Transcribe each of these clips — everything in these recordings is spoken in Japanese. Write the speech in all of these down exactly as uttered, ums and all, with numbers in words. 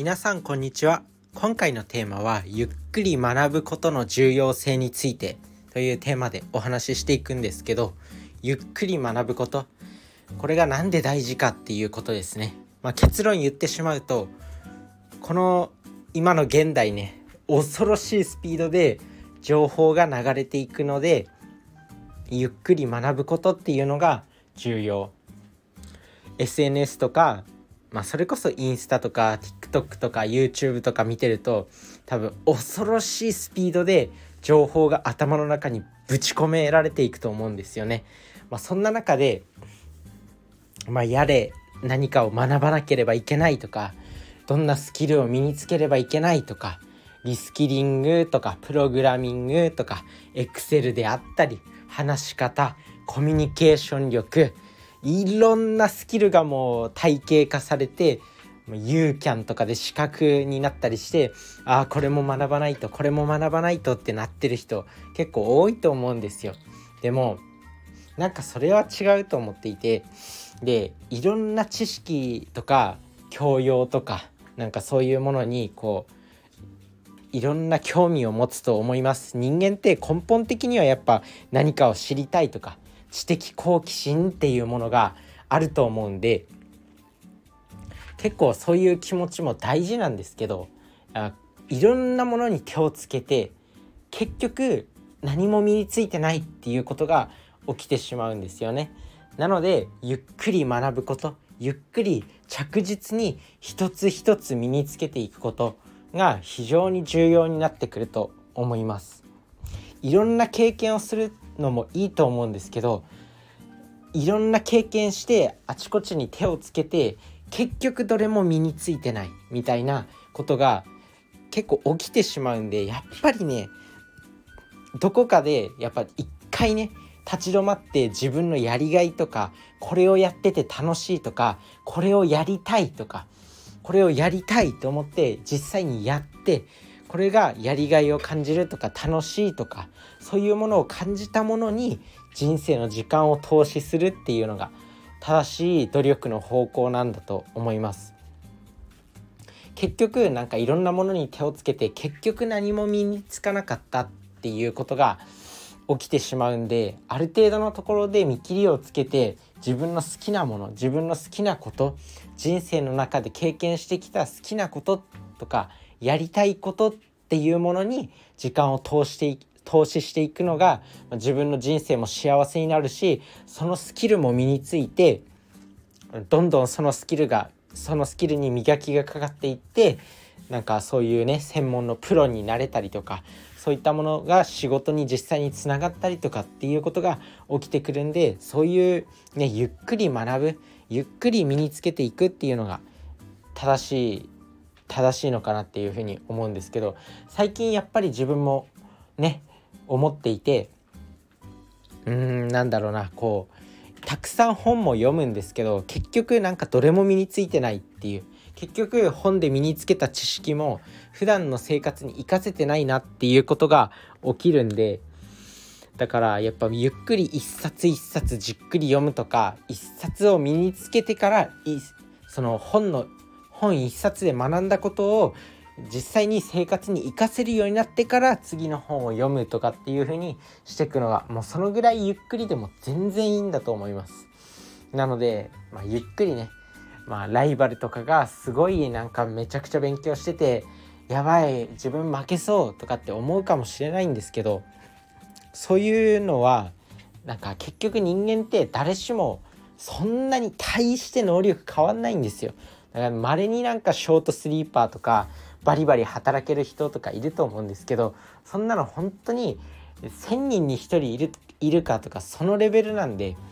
皆さんこんにちは。今回のテーマはゆっくり学ぶことの重要性についてというテーマでお話ししていくんですけど、ゆっくり学ぶこと、これがなんで大事かっていうことですね。まあ、結論言ってしまうと、この今の現代ね、恐ろしいスピードで情報が流れていくので、ゆっくり学ぶことっていうのが重要。 エスエヌエス とか、まあ、それこそインスタとか TikTok とか YouTube とか見てると、多分恐ろしいスピードで情報が頭の中にぶち込められていくと思うんですよね。まあ、そんな中で、まあ、やれ何かを学ばなければいけないとか、どんなスキルを身につければいけないとか、リスキリングとかプログラミングとか Excel であったり、話し方、コミュニケーション力、いろんなスキルがもう体系化されて、ユーキャンとかで資格になったりして、ああこれも学ばないとこれも学ばないとってなってる人結構多いと思うんですよ。でもなんかそれは違うと思っていて、でいろんな知識とか教養とかなんかそういうものにこういろんな興味を持つと思います。人間って根本的にはやっぱ何かを知りたいとか、知的好奇心っていうものがあると思うんで、結構そういう気持ちも大事なんですけど、あいろんなものに手をつけて結局何も身についてないっていうことが起きてしまうんですよね。なのでゆっくり学ぶこと、ゆっくり着実に一つ一つ身につけていくことが非常に重要になってくると思います。いろんな経験をするのもいいと思うんですけど、いろんな経験してあちこちに手をつけて結局どれも身についてないみたいなことが結構起きてしまうんで、やっぱりね、どこかでやっぱ一回ね立ち止まって自分のやりがいとか、これをやってて楽しいとか、これをやりたいとか、これをやりたいと思って実際にやって、これがやりがいを感じるとか楽しいとか、そういうものを感じたものに人生の時間を投資するっていうのが正しい努力の方向なんだと思います。結局なんかいろんなものに手をつけて結局何も身につかなかったっていうことが起きてしまうんで、ある程度のところで見切りをつけて、自分の好きなもの、自分の好きなこと、人生の中で経験してきた好きなこととかやりたいことっていうものに時間を通してい投資していくのが、自分の人生も幸せになるし、そのスキルも身について、どんどんそのスキルがそのスキルに磨きがかかっていって、なんかそういうね専門のプロになれたりとか、そういったものが仕事に実際につながったりとかっていうことが起きてくるんで、そういうねゆっくり学ぶ、ゆっくり身につけていくっていうのが正しい正しいのかなっていうふうに思うんですけど、最近やっぱり自分もね思っていて、うーんなんだろうな、こうたくさん本も読むんですけど、結局なんかどれも身についてないっていう、結局本で身につけた知識も普段の生活に活かせてないなっていうことが起きるんで、だからやっぱゆっくり一冊一冊じっくり読むとか、一冊を身につけてからその本の本一冊で学んだことを実際に生活に活かせるようになってから次の本を読むとかっていう風にしていくのが、もうそのぐらいゆっくりでも全然いいんだと思います。なので、まあ、ゆっくりね、まあライバルとかがすごいなんかめちゃくちゃ勉強してて、やばい自分負けそうとかって思うかもしれないんですけど、そういうのはなんか結局人間って誰しもそんなに大して能力変わんないんですよ。だから稀になんかショートスリーパーとかバリバリ働ける人とかいると思うんですけど、そんなの本当にせんにんにひとりいる、いるかとかそのレベルなんで、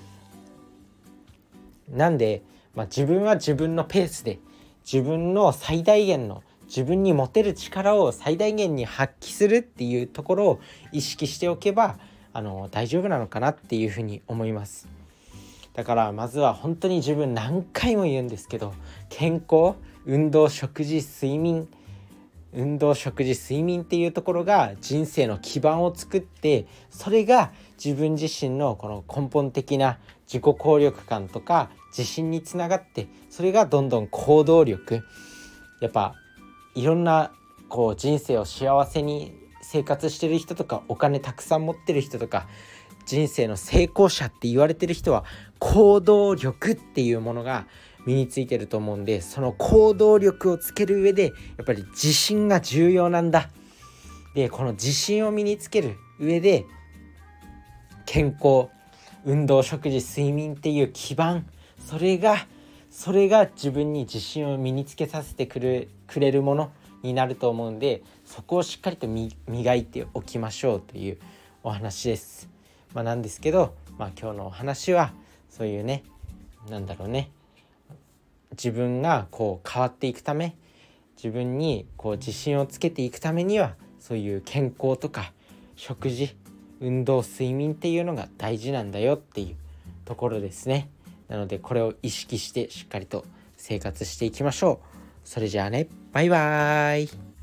なんで、まあ、自分は自分のペースで自分の最大限の自分に持てる力を最大限に発揮するっていうところを意識しておけばあの大丈夫なのかなっていうふうに思います。だからまずは本当に自分何回も言うんですけど、健康、運動、食事、睡眠運動食事睡眠っていうところが人生の基盤を作って、それが自分自身のこの根本的な自己効力感とか自信につながって、それがどんどん行動力、やっぱいろんなこう人生を幸せに生活してる人とか、お金たくさん持ってる人とか、人生の成功者って言われてる人は行動力っていうものが身についてると思うんで、その行動力をつける上でやっぱり自信が重要なんだ。でこの自信を身につける上で健康、運動、食事、睡眠っていう基盤、それがそれが自分に自信を身につけさせてくれ、くれるものになると思うんで、そこをしっかりと磨いておきましょうというお話です。まあ、なんですけど、まあ、今日のお話はそういうね、なんだろうね、自分がこう変わっていくため、自分にこう自信をつけていくためには、そういう健康とか食事、運動、睡眠っていうのが大事なんだよっていうところですね。なのでこれを意識してしっかりと生活していきましょう。それじゃあね、バイバーイ。